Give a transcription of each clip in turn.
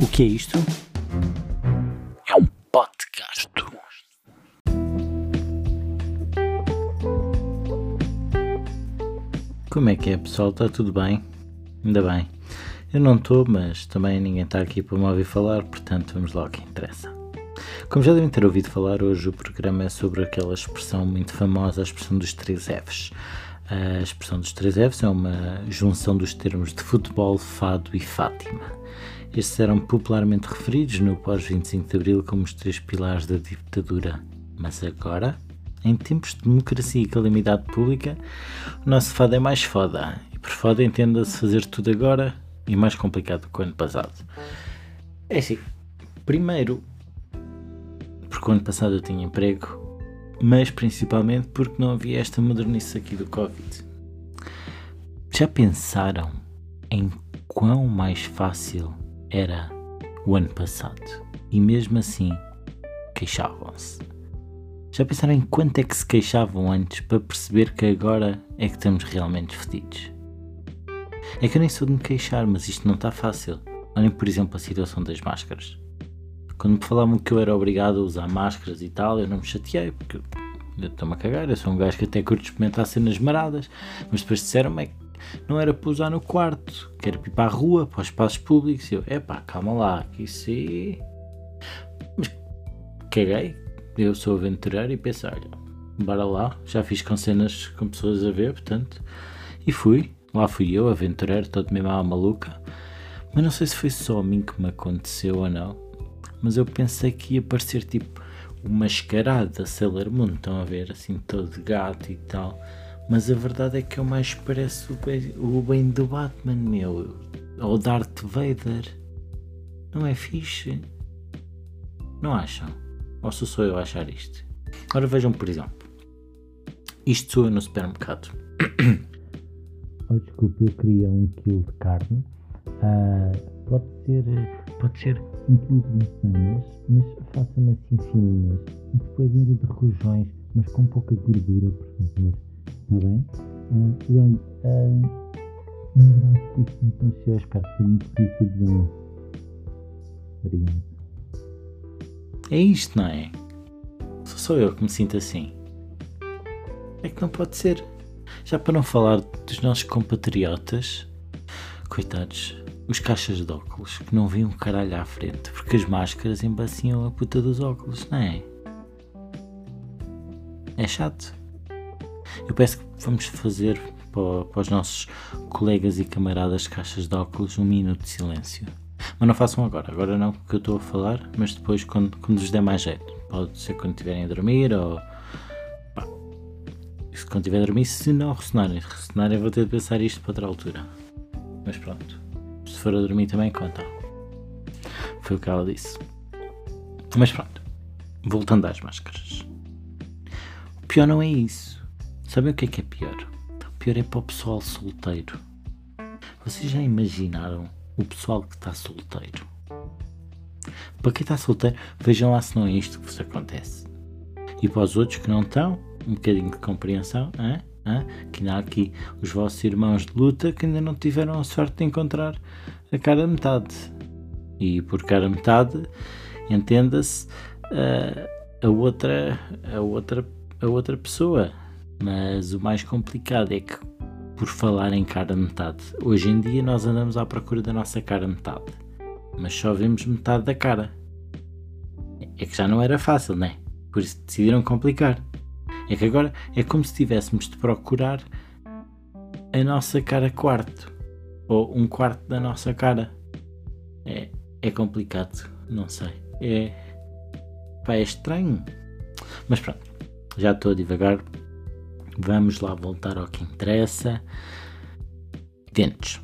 O que é isto? É um podcast. Como é que é, pessoal? Está tudo bem? Ainda bem. Eu não estou, mas também ninguém está aqui para me ouvir falar, portanto vamos lá ao que interessa. Como já devem ter ouvido falar, hoje o programa é sobre aquela expressão muito famosa, a expressão dos 3 Fs. A expressão dos 3 Fs é uma junção dos termos de futebol, fado e Fátima. Estes eram popularmente referidos no pós-25 de Abril como os 3 pilares da ditadura. Mas agora, em tempos de democracia e calamidade pública, o nosso fado é mais foda. E por foda entenda-se fazer tudo agora e mais complicado do que o ano passado. É assim, primeiro, porque o ano passado eu tinha emprego, mas principalmente porque não havia esta modernice aqui do Covid. Já pensaram em quão mais fácil era o ano passado? E mesmo assim, queixavam-se. Já pensaram em quanto é que se queixavam antes para perceber que agora é que estamos realmente fedidos? É que eu nem sou de me queixar, mas isto não está fácil. Olhem, por exemplo, a situação das máscaras. Quando me falavam que eu era obrigado a usar máscaras e tal, eu não me chateei, porque eu estou-me a cagar, eu sou um gajo que até curto experimentar cenas maradas, mas depois disseram-me que não era para usar no quarto, que era para ir para a rua, para os espaços públicos, e eu, calma lá, que isso aí... Mas caguei, eu sou aventureiro e pensei, olha, bora lá, já fiz com cenas com pessoas a ver, portanto, e lá fui eu, aventureiro, todo mesmo à maluca, mas não sei se foi só a mim que me aconteceu ou não, mas eu pensei que ia parecer tipo o mascarado da Sailor Moon, estão a ver, assim todo de gato e tal, mas a verdade é que eu mais parece o bem do Batman, meu, ou Darth Vader. Não é fixe? Não acham? Ou sou eu a achar isto? Ora vejam, por exemplo, isto sou eu no supermercado. Oh, desculpe, eu queria 1 kg de carne. Pode ser 1 kg de maçãs, mas faça-me assim fininhas. E depois era de rojões, mas com pouca gordura, por favor. Está bem? E olha, um abraço para o senhor, espero que tenha corrido tudo bem. Obrigado. É isto, não é? Sou eu que me sinto assim. É que não pode ser. Já para não falar dos nossos compatriotas, coitados, os caixas de óculos, que não viam um caralho à frente, porque as máscaras embaciam a puta dos óculos, não é? É chato. Eu peço que vamos fazer para os nossos colegas e camaradas de caixas de óculos 1 minuto de silêncio. Mas não façam agora não, porque eu estou a falar, mas depois quando vos der mais jeito. Pode ser quando estiverem a dormir ou... quando estiver a dormir, se não ressonarem vou ter de pensar isto para outra altura. Mas pronto, se for a dormir também conta. Foi o que ela disse. Mas pronto, voltando às máscaras. O pior não é isso. Sabem o que é pior? O pior é para o pessoal solteiro. Vocês já imaginaram o pessoal que está solteiro? Para quem está solteiro, vejam lá se não é isto que vos acontece. E para os outros que não estão, um bocadinho de compreensão, que ainda há aqui os vossos irmãos de luta que ainda não tiveram a sorte de encontrar a cara metade. E por cara metade, entenda-se a outra pessoa. Mas o mais complicado é que, por falar em cara metade, hoje em dia nós andamos à procura da nossa cara metade, mas só vemos metade da cara. É que já não era fácil, não é? Por isso decidiram complicar. É que agora é como se tivéssemos de procurar a nossa cara quarto, ou um quarto da nossa cara. É complicado, não sei. É estranho. Mas pronto, já estou a divagar. Vamos lá voltar ao que interessa. Dentes.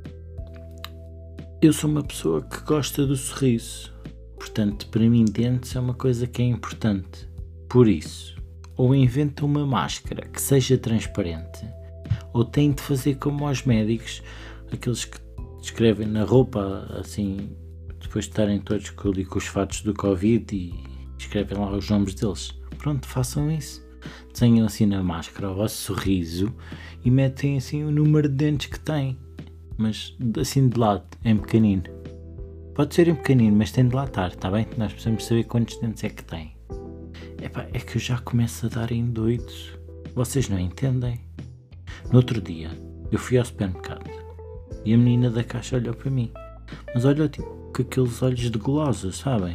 Eu sou uma pessoa que gosta do sorriso. Portanto, para mim, dentes é uma coisa que é importante. Por isso, ou inventam uma máscara que seja transparente, ou têm de fazer como aos médicos, aqueles que escrevem na roupa, assim, depois de estarem todos com os fatos do Covid e escrevem lá os nomes deles. Pronto, façam isso. Desenham assim na máscara o vosso sorriso e metem assim o número de dentes que têm, mas assim de lado, em pequenino. Pode ser em pequenino, mas tem de lá estar, está bem? Nós precisamos saber quantos dentes é que tem. É que eu já começo a dar em doidos. Vocês não entendem? No outro dia, eu fui ao supermercado e a menina da caixa olhou para mim. Mas olhou tipo com aqueles olhos de gulosa, sabem?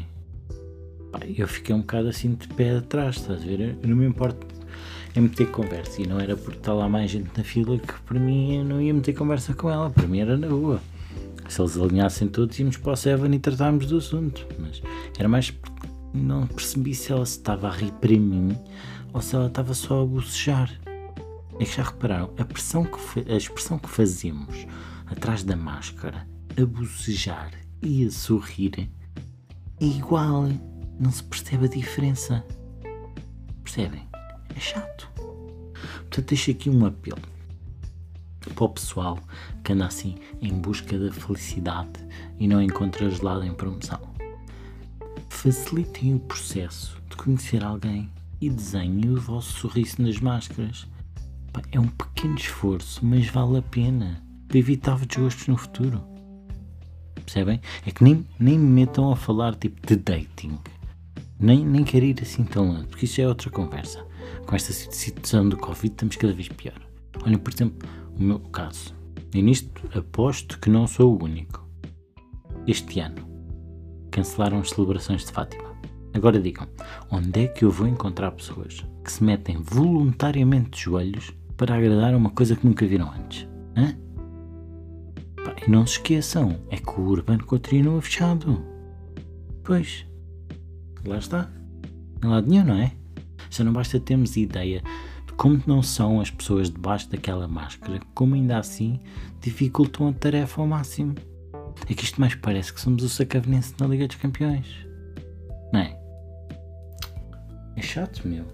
Eu fiquei um bocado assim de pé atrás, estás a ver? Eu não me importo em meter conversa. E não era porque está lá mais gente na fila que para mim eu não ia meter conversa com ela. Para mim era na rua. Se eles alinhassem todos, íamos para o Seven e tratávamos do assunto. Mas era mais porque não percebi se ela se estava a rir para mim ou se ela estava só a bocejar. É que já repararam, a expressão que fazemos atrás da máscara, a bocejar e a sorrir, é igual. Não se percebe a diferença. Percebem? É chato. Portanto, deixo aqui um apelo para o pessoal que anda assim em busca da felicidade e não encontra gelado em promoção. Facilitem o processo de conhecer alguém e desenhem o vosso sorriso nas máscaras. É um pequeno esforço, mas vale a pena para evitar desgostos no futuro. Percebem? É que nem me metam a falar tipo de dating. Nem quero ir assim tão longe, porque isso é outra conversa. Com esta situação do Covid estamos cada vez pior. Olhem, por exemplo, o meu caso. E nisto aposto que não sou o único. Este ano cancelaram as celebrações de Fátima. Agora digam, onde é que eu vou encontrar pessoas que se metem voluntariamente de joelhos para agradar a uma coisa que nunca viram antes? Hã? E não se esqueçam, é que o Urbano continua fechado. Pois, lá está. Não há lado nenhum, não é? Já não basta termos ideia de como não são as pessoas debaixo daquela máscara, como ainda assim dificultam a tarefa ao máximo. É que isto mais parece que somos o Sacavenense na Liga dos Campeões. Não é? É chato, meu.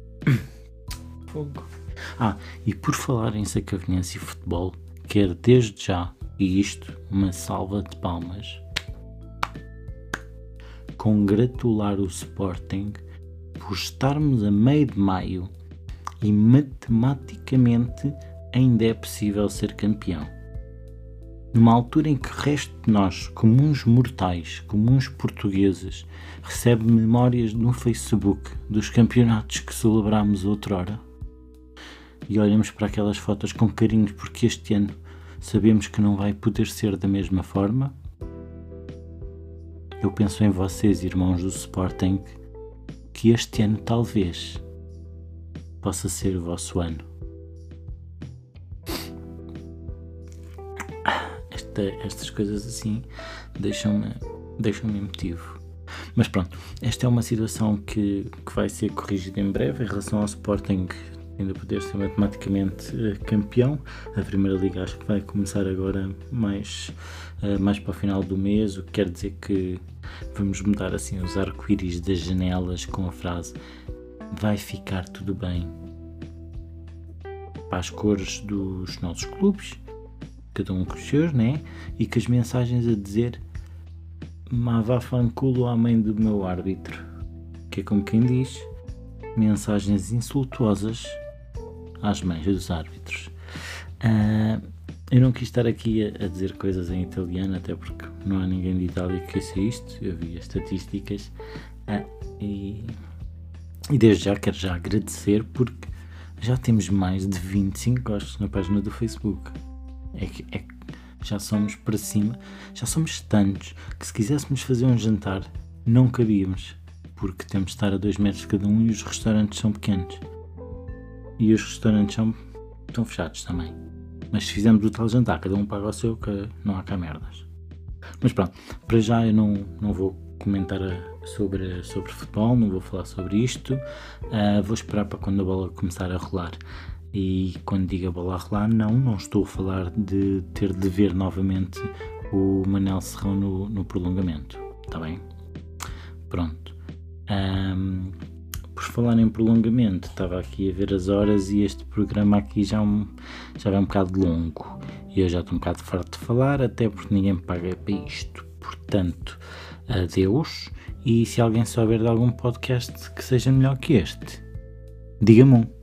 Fogo. E por falar em Sacavenense e futebol, quero desde já, e isto, uma salva de palmas, congratular o Sporting por estarmos a meio de maio e matematicamente ainda é possível ser campeão. Numa altura em que o resto de nós, comuns mortais, comuns portugueses, recebe memórias no Facebook dos campeonatos que celebrámos outrora e olhamos para aquelas fotos com carinho porque este ano sabemos que não vai poder ser da mesma forma, eu penso em vocês, irmãos do Sporting, que este ano talvez possa ser o vosso ano. Estas coisas assim deixam-me emotivo. Mas pronto, esta é uma situação que vai ser corrigida em breve em relação ao Sporting ainda poder ser matematicamente campeão. A Primeira Liga acho que vai começar agora mais para o final do mês, o que quer dizer que vamos mudar assim os arco-íris das janelas com a frase vai ficar tudo bem para as cores dos nossos clubes, cada um com os seus, né? E com as mensagens a dizer vá fanculo à mãe do meu árbitro, que é como quem diz, mensagens insultuosas às mães dos árbitros. Eu não quis estar aqui a dizer coisas em italiano, até porque não há ninguém de Itália que conheça isto. Eu vi as estatísticas e desde já quero já agradecer porque já temos mais de 25 gostos na página do Facebook. Já somos para cima, já somos tantos que se quiséssemos fazer um jantar não cabíamos, porque temos de estar a 2 metros de cada um e os restaurantes são pequenos e os restaurantes estão fechados também. Mas se fizermos o tal jantar, cada um paga o seu, que não há cá merdas. Mas pronto, para já eu não vou comentar sobre futebol, não vou falar sobre isto. Vou esperar para quando a bola começar a rolar. E quando digo a bola a rolar, não estou a falar de ter de ver novamente o Manel Serrão no prolongamento. Está bem? Pronto. Por falar em prolongamento, estava aqui a ver as horas e este programa aqui já vai um bocado longo. E eu já estou um bocado farto de falar, até porque ninguém me paga para isto. Portanto, adeus. E se alguém souber de algum podcast que seja melhor que este, diga-me um.